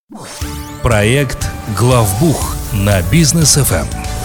Проект «Главбух» на Бизнес ФМ.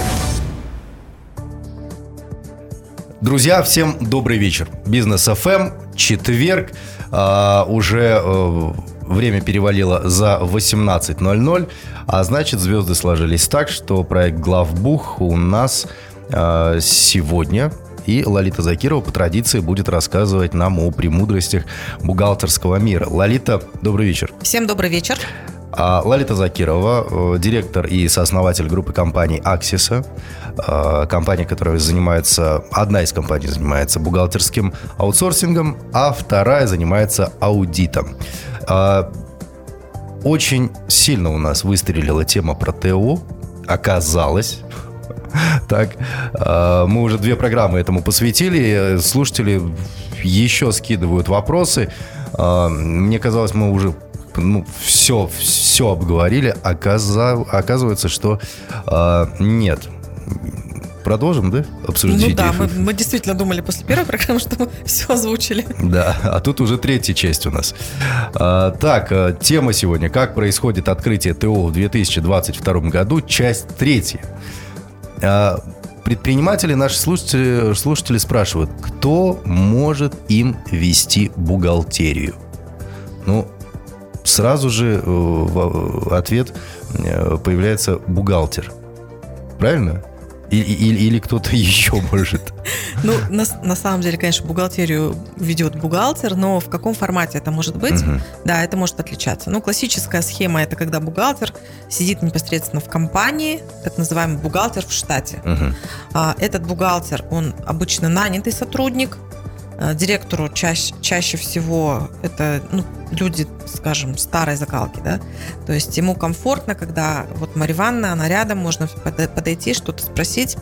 Друзья, всем добрый вечер. Бизнес ФМ, четверг, уже время перевалило за 18:00, а значит, звезды сложились так, что проект «Главбух» у нас сегодня. И Лолита Закирова по традиции будет рассказывать нам о премудростях бухгалтерского мира. Лолита, добрый вечер. Всем добрый вечер. Лолита Закирова, директор и сооснователь группы компаний «Аксиса». Компания, которая одна из компаний занимается бухгалтерским аутсорсингом, а вторая занимается аудитом. Очень сильно у нас выстрелила тема про ТО, оказалось. Так, мы уже 2 программы этому посвятили. Слушатели еще скидывают вопросы. Мне казалось, мы уже все обговорили. Оказывается, что нет. Продолжим, да, обсуждение? Мы действительно думали после первой программы, что мы все озвучили. Да, а тут уже 3-я часть у нас. Так, тема сегодня: как происходит открытие ТО в 2022 году, часть 3. Предприниматели, наши слушатели спрашивают, кто может им вести бухгалтерию? Сразу же ответ появляется: бухгалтер. Правильно? Или кто-то еще может? На самом деле, конечно, бухгалтерию ведет бухгалтер, но в каком формате это может быть? Да, это может отличаться. Классическая схема – это когда бухгалтер сидит непосредственно в компании, так называемый бухгалтер в штате. Этот бухгалтер, он обычно нанятый сотрудник. Директору чаще всего это люди, скажем, старой закалки, да, то есть ему комфортно, когда вот Марья Ивановна, она рядом, можно подойти, что-то спросить,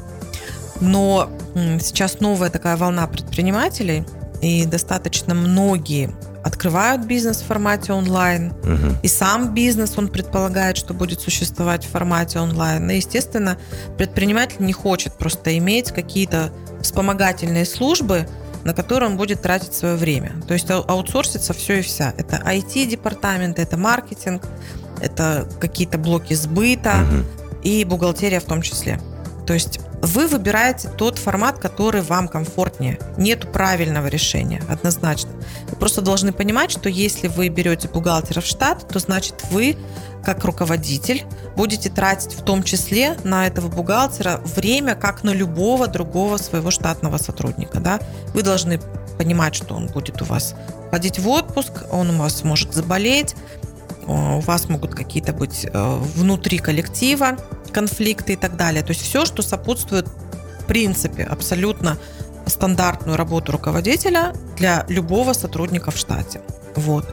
но сейчас новая такая волна предпринимателей, и достаточно многие открывают бизнес в формате онлайн, и сам бизнес, он предполагает, что будет существовать в формате онлайн, и, естественно, предприниматель не хочет просто иметь какие-то вспомогательные службы, на которые он будет тратить свое время. То есть аутсорсится все и вся. Это IT-департамент, это маркетинг, это какие-то блоки сбыта и бухгалтерия в том числе. То есть вы выбираете тот формат, который вам комфортнее. Нету правильного решения, однозначно. Вы просто должны понимать, что если вы берете бухгалтера в штат, то значит вы, как руководитель, будете тратить в том числе на этого бухгалтера время, как на любого другого своего штатного сотрудника. Да? Вы должны понимать, что он будет у вас ходить в отпуск, он у вас может заболеть, у вас могут какие-то быть внутри коллектива конфликты и так далее. То есть все, что сопутствует, в принципе, абсолютно стандартную работу руководителя для любого сотрудника в штате. Вот.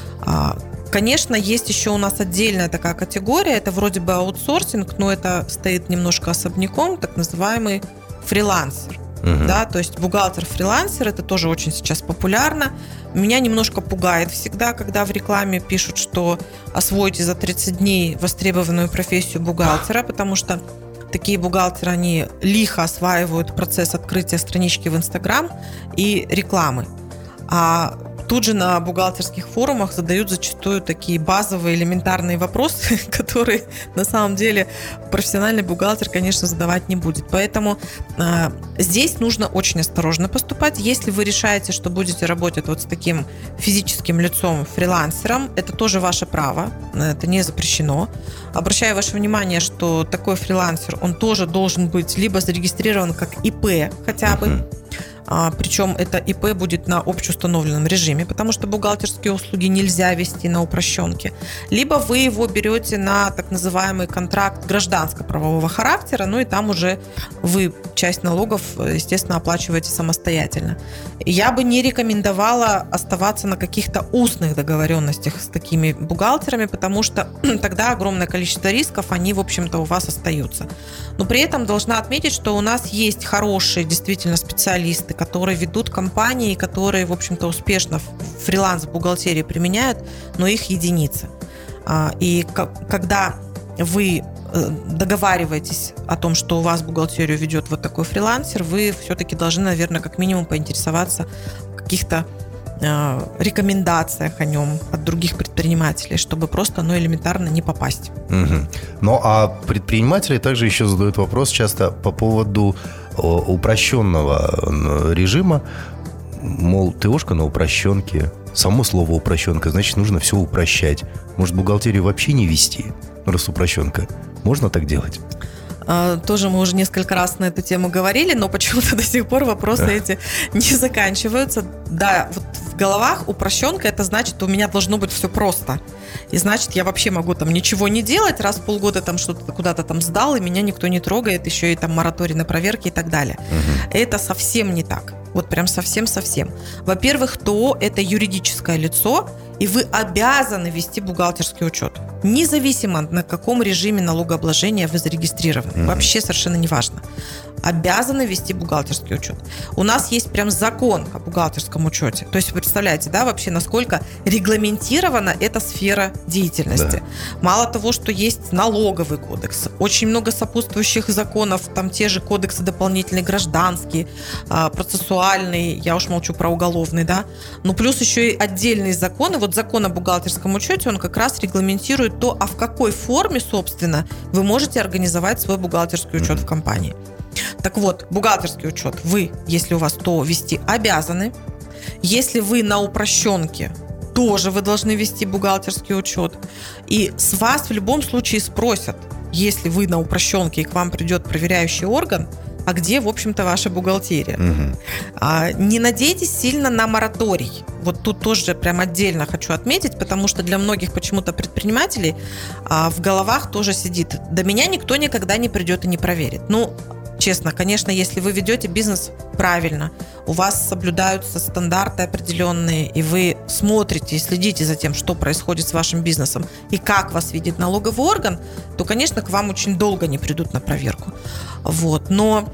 Конечно, есть еще у нас отдельная такая категория, это вроде бы аутсорсинг, но это стоит немножко особняком, так называемый фрилансер. Да, то есть бухгалтер-фрилансер, это тоже очень сейчас популярно. Меня немножко пугает всегда, когда в рекламе пишут, что освойте за 30 дней востребованную профессию бухгалтера, потому что такие бухгалтеры, они лихо осваивают процесс открытия странички в Инстаграм и рекламы. А тут же на бухгалтерских форумах задают зачастую такие базовые элементарные вопросы, которые на самом деле профессиональный бухгалтер, конечно, задавать не будет. Поэтому здесь нужно очень осторожно поступать. Если вы решаете, что будете работать вот с таким физическим лицом, фрилансером, это тоже ваше право, это не запрещено. Обращаю ваше внимание, что такой фрилансер, он тоже должен быть либо зарегистрирован как ИП хотя бы, причем это ИП будет на общеустановленном режиме, потому что бухгалтерские услуги нельзя вести на упрощенке. Либо вы его берете на так называемый контракт гражданско-правового характера, и там уже вы часть налогов, естественно, оплачиваете самостоятельно. Я бы не рекомендовала оставаться на каких-то устных договоренностях с такими бухгалтерами, потому что тогда огромное количество рисков, они, в общем-то, у вас остаются. Но при этом должна отметить, что у нас есть хорошие действительно специалисты, которые ведут компании, которые, в общем-то, успешно фриланс в бухгалтерии применяют, но их единицы. И когда вы договариваетесь о том, что у вас бухгалтерию ведет вот такой фрилансер, вы все-таки должны, наверное, как минимум поинтересоваться в каких-то рекомендациях о нем от других предпринимателей, чтобы просто элементарно не попасть. Угу. Ну, а предприниматели также еще задают вопрос часто по поводу упрощенного режима. Мол, ТОшка на упрощенке. Само слово упрощенка, значит, нужно все упрощать. Может, бухгалтерию вообще не вести, раз упрощенка? Можно так делать? Тоже мы уже несколько раз на эту тему говорили, но почему-то до сих пор вопросы эти не заканчиваются. Да, вот в головах упрощенка, это значит, у меня должно быть все просто. И значит, я вообще могу там ничего не делать, раз в полгода там что-то куда-то там сдал, и меня никто не трогает, еще и там мораторий на проверки и так далее. Это совсем не так. Вот прям совсем-совсем. Во-первых, ТО – это юридическое лицо, и вы обязаны вести бухгалтерский учет. Независимо, на каком режиме налогообложения вы зарегистрированы. Вообще совершенно не важно. Обязаны вести бухгалтерский учет. У нас есть прям закон о бухгалтерском учете. То есть вы представляете, да, вообще насколько регламентирована эта сфера деятельности. Да. Мало того, что есть налоговый кодекс, очень много сопутствующих законов, там те же кодексы дополнительные, гражданские, процессуальные, я уж молчу про уголовный, да. Ну, плюс еще и отдельные законы. Вот закон о бухгалтерском учете, он как раз регламентирует то, а в какой форме, собственно, вы можете организовать свой бухгалтерский учет в компании. Так вот, бухгалтерский учет вы, если у вас ТО, вести обязаны. Если вы на упрощенке, тоже вы должны вести бухгалтерский учет. И с вас в любом случае спросят, если вы на упрощенке и к вам придет проверяющий орган, а где, в общем-то, ваша бухгалтерия? Не надейтесь сильно на мораторий. Вот тут тоже прям отдельно хочу отметить, потому что для многих почему-то предпринимателей в головах тоже сидит: да меня никто никогда не придет и не проверит. Ну, честно, конечно, если вы ведете бизнес правильно, у вас соблюдаются стандарты определенные, и вы смотрите и следите за тем, что происходит с вашим бизнесом и как вас видит налоговый орган, то, конечно, к вам очень долго не придут на проверку. Вот. Но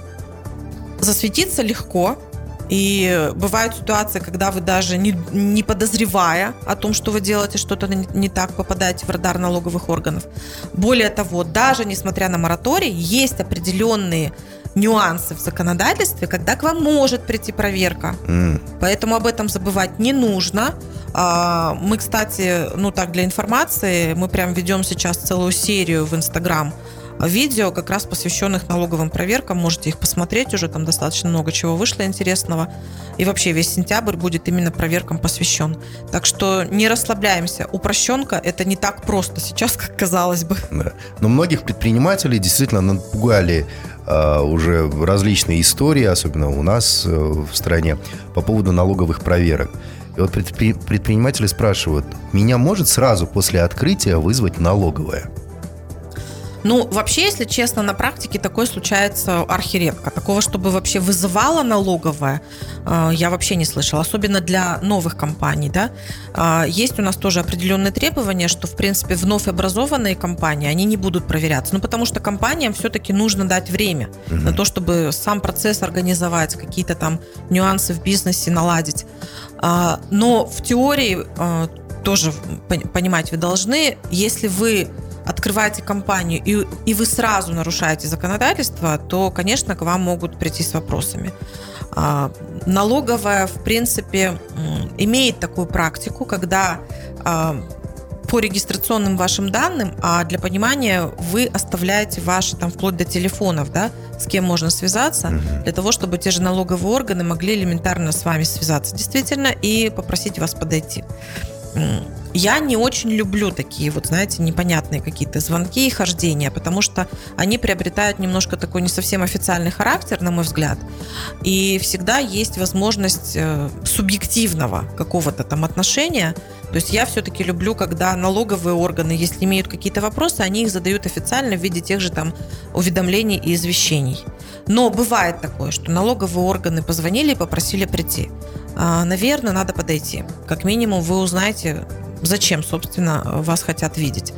засветиться легко. И бывают ситуации, когда вы даже не подозревая о том, что вы делаете что-то не так, попадаете в радар налоговых органов. Более того, даже несмотря на мораторий, есть определенные нюансы в законодательстве, когда к вам может прийти проверка. Поэтому об этом забывать не нужно. Мы, кстати, так для информации, мы прям ведем сейчас целую серию в Инстаграм видео, как раз посвященных налоговым проверкам. Можете их посмотреть, уже там достаточно много чего вышло интересного. И вообще весь сентябрь будет именно проверкам посвящен. Так что не расслабляемся. Упрощенка – это не так просто сейчас, как казалось бы. Да. Но многих предпринимателей действительно напугали уже различные истории, особенно у нас в стране, по поводу налоговых проверок. И вот предприниматели спрашивают: меня может сразу после открытия вызвать налоговая? Ну, вообще, если честно, на практике такое случается архиредко. Такого, чтобы вообще вызывала налоговая, я вообще не слышала. Особенно для новых компаний, да. Есть у нас тоже определенные требования, что, в принципе, вновь образованные компании, они не будут проверяться. Ну, потому что компаниям все-таки нужно дать время на то, чтобы сам процесс организовать, какие-то там нюансы в бизнесе наладить. Но в теории тоже понимать вы должны, если вы открываете компанию и вы сразу нарушаете законодательство, то, конечно, к вам могут прийти с вопросами. Налоговая, в принципе, имеет такую практику, когда по регистрационным вашим данным, а для понимания, вы оставляете ваши, там, вплоть до телефонов, да, с кем можно связаться, для того, чтобы те же налоговые органы могли элементарно с вами связаться действительно и попросить вас подойти. Я не очень люблю такие, вот, знаете, непонятные какие-то звонки и хождения, потому что они приобретают немножко такой не совсем официальный характер, на мой взгляд, и всегда есть возможность субъективного какого-то там отношения. То есть я все-таки люблю, когда налоговые органы, если имеют какие-то вопросы, они их задают официально в виде тех же там уведомлений и извещений. Но бывает такое, что налоговые органы позвонили и попросили прийти. Наверное, надо подойти. Как минимум вы узнаете, зачем, собственно, вас хотят видеть.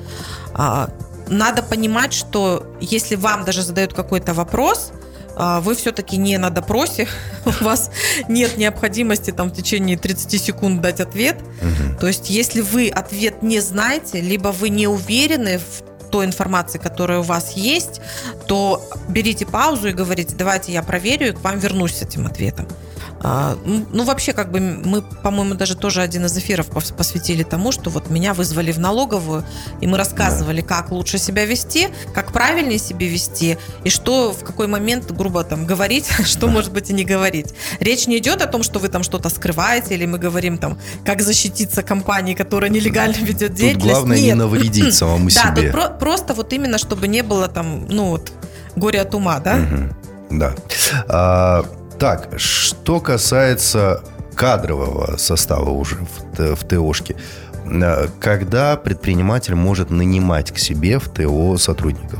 Надо понимать, что если вам даже задают какой-то вопрос, вы все-таки не на допросе, у вас нет необходимости там в течение 30 секунд дать ответ. То есть если вы ответ не знаете, либо вы не уверены в той информации, которая у вас есть, то берите паузу и говорите: давайте я проверю и к вам вернусь с этим ответом. Вообще, как бы мы, по-моему, даже тоже один из эфиров посвятили тому, что вот меня вызвали в налоговую, и мы рассказывали, как лучше себя вести, как правильнее себя вести, и что в какой момент, грубо там, говорить, что, может быть, и не говорить. Речь не идет о том, что вы там что-то скрываете, или мы говорим там, как защититься компании, которая нелегально ведет деятельность. Тут главное не навредить самому себе. Да, тут просто вот именно, чтобы не было там, горе от ума, да? Да. Так, что касается кадрового состава уже в ТОшке, когда предприниматель может нанимать к себе в ТО сотрудников?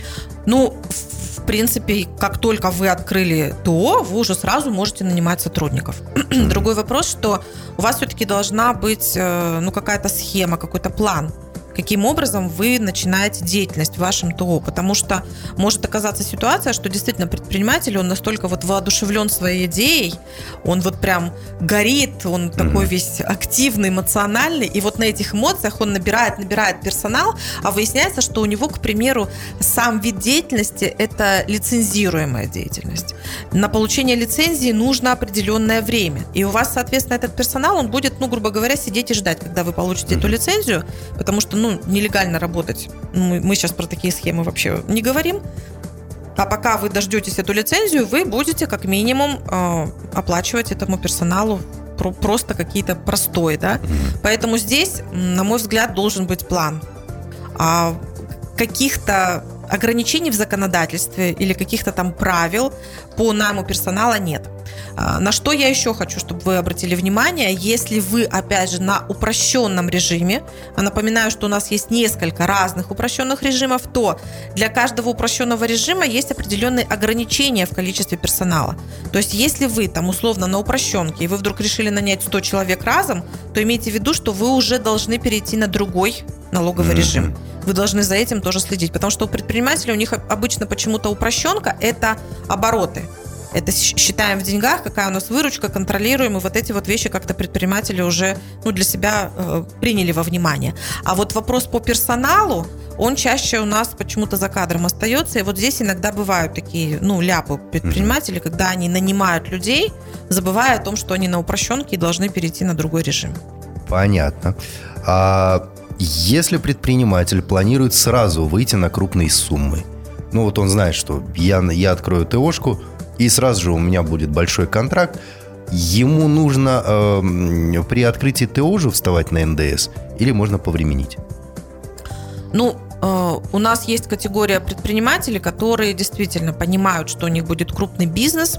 В принципе, как только вы открыли ТО, вы уже сразу можете нанимать сотрудников. Другой вопрос, что у вас все-таки должна быть какая-то схема, какой-то план, каким образом вы начинаете деятельность в вашем ТО, потому что может оказаться ситуация, что действительно предприниматель, он настолько вот воодушевлен своей идеей, он вот прям горит, он такой весь активный, эмоциональный, и вот на этих эмоциях он набирает персонал, а выясняется, что у него, к примеру, сам вид деятельности – это лицензируемая деятельность. На получение лицензии нужно определенное время, и у вас, соответственно, этот персонал, он будет, грубо говоря, сидеть и ждать, когда вы получите эту лицензию, потому что нелегально работать. Мы сейчас про такие схемы вообще не говорим. А пока вы дождетесь эту лицензию, вы будете как минимум оплачивать этому персоналу просто какие-то простой, да. Поэтому здесь, на мой взгляд, должен быть план. А каких-то ограничений в законодательстве или каких-то там правил по найму персонала нет. На что я еще хочу, чтобы вы обратили внимание, если вы, опять же, на упрощенном режиме, а напоминаю, что у нас есть несколько разных упрощенных режимов, то для каждого упрощенного режима есть определенные ограничения в количестве персонала. То есть, если вы там условно на упрощенке, и вы вдруг решили нанять 100 человек разом, то имейте в виду, что вы уже должны перейти на другой налоговый режим. Вы должны за этим тоже следить, потому что у предпринимателей, у них обычно почему-то упрощенка – это обороты. Это считаем в деньгах, какая у нас выручка, контролируем, и вот эти вот вещи как-то предприниматели уже для себя приняли во внимание. А вот вопрос по персоналу, он чаще у нас почему-то за кадром остается, и вот здесь иногда бывают такие, ляпы предпринимателей, когда они нанимают людей, забывая о том, что они на упрощенке и должны перейти на другой режим. Понятно. А если предприниматель планирует сразу выйти на крупные суммы, он знает, что я открою ТОшку, и сразу же у меня будет большой контракт, ему нужно при открытии ТО же вставать на НДС или можно повременить? У нас есть категория предпринимателей, которые действительно понимают, что у них будет крупный бизнес,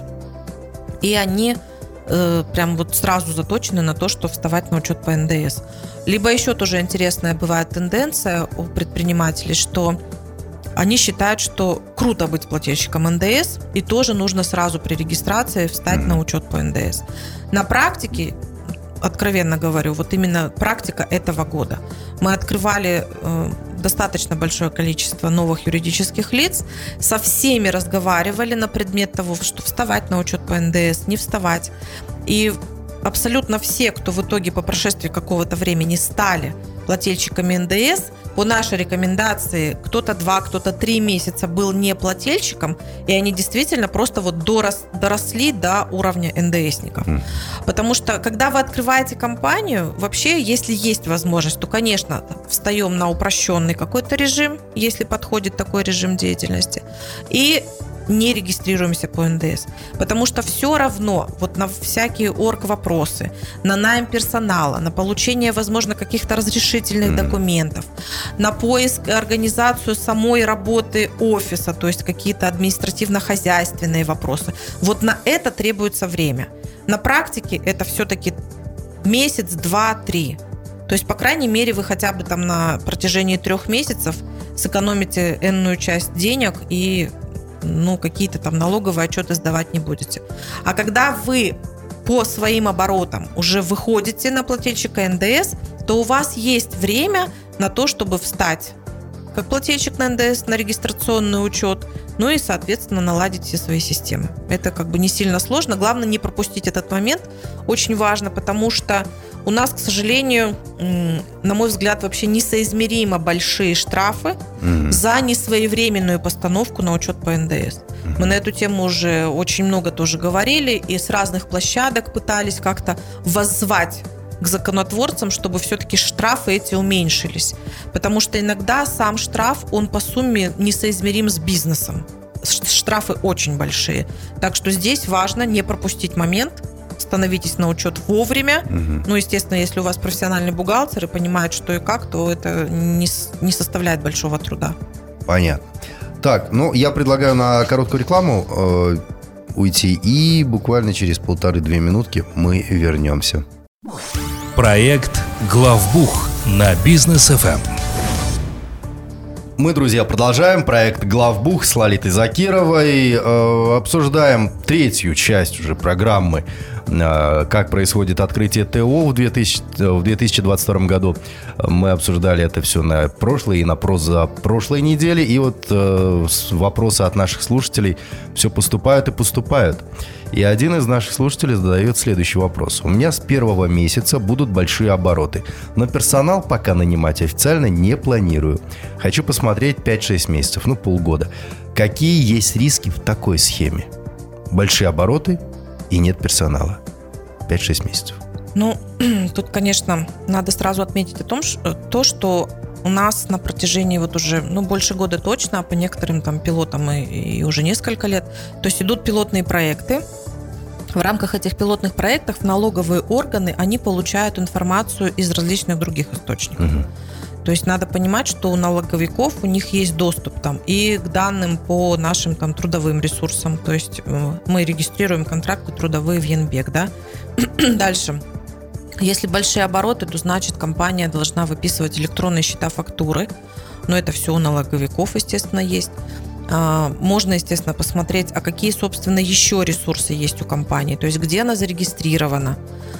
и они прям вот сразу заточены на то, что вставать на учет по НДС. Либо еще тоже интересная бывает тенденция у предпринимателей, что они считают, что круто быть плательщиком НДС, и тоже нужно сразу при регистрации встать на учет по НДС. На практике, откровенно говорю, вот именно практика этого года. Мы открывали достаточно большое количество новых юридических лиц, со всеми разговаривали на предмет того, что вставать на учет по НДС, не вставать. И абсолютно все, кто в итоге по прошествии какого-то времени стали плательщиками НДС, по нашей рекомендации кто-то 2, кто-то 3 месяца был не плательщиком, и они действительно просто вот доросли до уровня НДСников. Потому что, когда вы открываете компанию, вообще, если есть возможность, то, конечно, встаем на упрощенный какой-то режим, если подходит такой режим деятельности, и не регистрируемся по НДС. Потому что все равно вот на всякие орг-вопросы, на найм персонала, на получение, возможно, каких-то разрешительных документов, на поиск и организацию самой работы офиса, то есть какие-то административно-хозяйственные вопросы. Вот на это требуется время. На практике это все-таки месяц, 2, 3. То есть, по крайней мере, вы хотя бы там на протяжении 3 месяцев сэкономите энную часть денег и какие-то там налоговые отчеты сдавать не будете. А когда вы по своим оборотам уже выходите на плательщика НДС, то у вас есть время на то, чтобы встать как плательщик на НДС, на регистрационный учет, и, соответственно, наладить все свои системы. Это как бы не сильно сложно. Главное не пропустить этот момент. Очень важно, потому что у нас, к сожалению, на мой взгляд, вообще несоизмеримо большие штрафы за несвоевременную постановку на учет по НДС. Мы на эту тему уже очень много тоже говорили и с разных площадок пытались как-то воззвать к законотворцам, чтобы все-таки штрафы эти уменьшились. Потому что иногда сам штраф, он по сумме несоизмерим с бизнесом. Штрафы очень большие. Так что здесь важно не пропустить момент, становитесь на учет вовремя. Ну, естественно, если у вас профессиональный бухгалтер и понимает, что и как, то это не составляет большого труда. Понятно. Так, ну, я предлагаю на короткую рекламу уйти, и буквально через 1,5-2 минутки мы вернемся. Проект «Главбух» на Бизнес ФМ. Мы, друзья, продолжаем проект «Главбух» с Лолитой Закировой. Обсуждаем третью часть уже программы, как происходит открытие ТО в 2022 году. Мы обсуждали это все на прошлой и на позапрошлой неделе. И вот вопросы от наших слушателей все поступают и поступают. И один из наших слушателей задает следующий вопрос. У меня с первого месяца будут большие обороты, но персонал пока нанимать официально не планирую. Хочу посмотреть 5-6 месяцев, полгода. Какие есть риски в такой схеме? Большие обороты и нет персонала. 5-6 месяцев. Тут, конечно, надо сразу отметить то, что у нас на протяжении уже больше года точно, а по некоторым пилотам и уже несколько лет, то есть идут пилотные проекты. В рамках этих пилотных проектов налоговые органы, они получают информацию из различных других источников. То есть надо понимать, что у налоговиков, у них есть доступ и к данным по нашим трудовым ресурсам. То есть мы регистрируем контракты трудовые в ЕНБЕК, да. Дальше. Если большие обороты, то значит компания должна выписывать электронные счета, фактуры. Но это все у налоговиков, естественно, есть. Можно, естественно, посмотреть, а какие, собственно, еще ресурсы есть у компании. То есть где она зарегистрирована,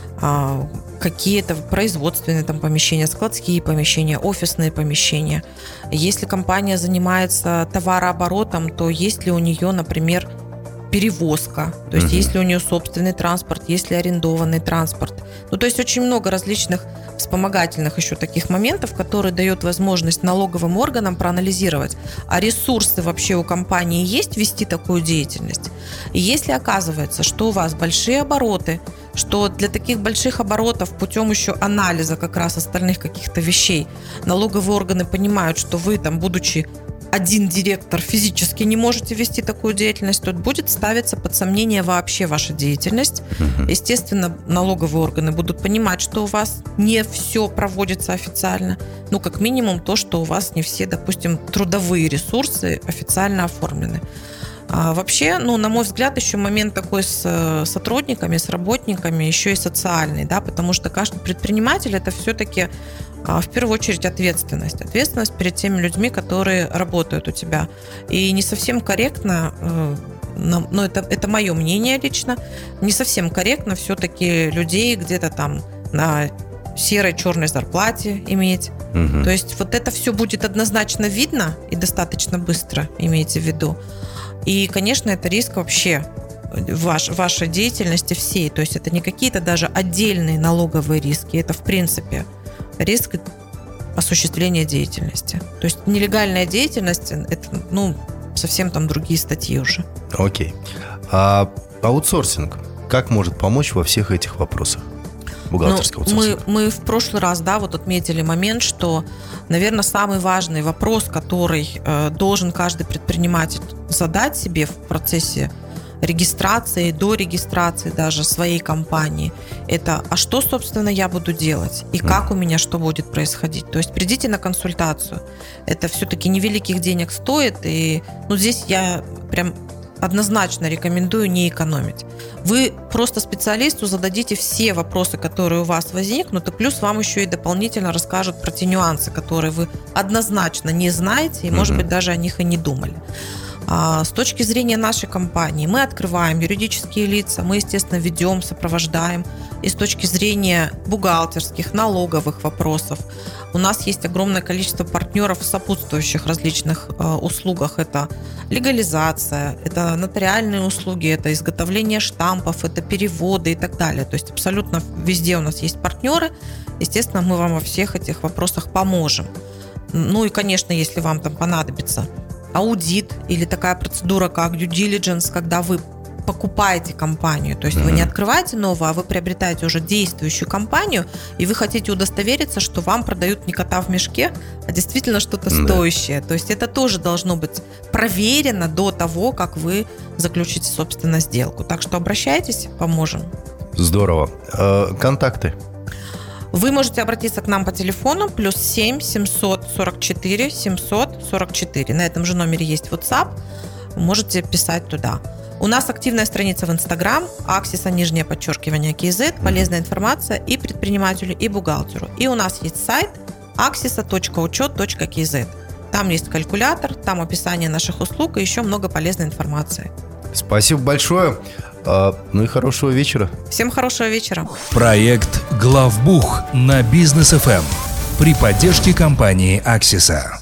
какие-то производственные помещения, складские помещения, офисные помещения. Если компания занимается товарооборотом, то есть ли у нее, например, перевозка, то есть есть ли у нее собственный транспорт, есть ли арендованный транспорт. То есть очень много различных вспомогательных еще таких моментов, которые дают возможность налоговым органам проанализировать, а ресурсы вообще у компании есть вести такую деятельность. И если оказывается, что у вас большие обороты, что для таких больших оборотов путем еще анализа как раз остальных каких-то вещей налоговые органы понимают, что вы будучи один директор физически не можете вести такую деятельность, то будет ставиться под сомнение вообще ваша деятельность. Естественно, налоговые органы будут понимать, что у вас не все проводится официально. Как минимум то, что у вас не все, допустим, трудовые ресурсы официально оформлены. Вообще, на мой взгляд, еще момент такой с сотрудниками, с работниками, еще и социальный, да, потому что каждый предприниматель – это все-таки в первую очередь ответственность. Ответственность перед теми людьми, которые работают у тебя. И не совсем корректно, но это мое мнение лично, не совсем корректно все-таки людей где-то на серой, черной зарплате иметь. То есть это все будет однозначно видно и достаточно быстро, имейте в виду. И, конечно, это риск вообще вашей деятельности всей. То есть это не какие-то даже отдельные налоговые риски, это в принципе риск осуществления деятельности. То есть нелегальная деятельность – это совсем другие статьи уже. Окей. А аутсорсинг как может помочь во всех этих вопросах? Бухгалтерский аутсорсинг. Мы в прошлый раз отметили момент, что, наверное, самый важный вопрос, который должен каждый предприниматель задать себе в процессе регистрации, до регистрации даже своей компании, это а что, собственно, я буду делать и как у меня что будет происходить. То есть придите на консультацию. Это все-таки невеликих денег стоит, и здесь я прям однозначно рекомендую не экономить. Вы просто специалисту зададите все вопросы, которые у вас возникнут, и плюс вам еще и дополнительно расскажут про те нюансы, которые вы однозначно не знаете, и, может быть, даже о них и не думали. С точки зрения нашей компании, мы открываем юридические лица, мы, естественно, ведем, сопровождаем. И с точки зрения бухгалтерских, налоговых вопросов, у нас есть огромное количество партнеров в сопутствующих различных услугах. Это легализация, это нотариальные услуги, это изготовление штампов, это переводы и так далее. То есть абсолютно везде у нас есть партнеры. Естественно, мы вам во всех этих вопросах поможем. И, конечно, если вам понадобится аудит или такая процедура, как due diligence, когда вы покупаете компанию, то есть вы не открываете новую, а вы приобретаете уже действующую компанию, и вы хотите удостовериться, что вам продают не кота в мешке, а действительно что-то стоящее. То есть это тоже должно быть проверено до того, как вы заключите, собственно, сделку. Так что обращайтесь, поможем. Здорово. Контакты? Вы можете обратиться к нам по телефону +7 744 744. На этом же номере есть WhatsApp. Можете писать туда. У нас активная страница в Инстаграм, axisa_KZ, полезная информация и предпринимателю, и бухгалтеру. И у нас есть сайт axisa.учет.kz. Там есть калькулятор, там описание наших услуг и еще много полезной информации. Спасибо большое. Ну и хорошего вечера. Всем хорошего вечера. Проект «Главбух» на Бизнес ФМ при поддержке компании «Аксиса».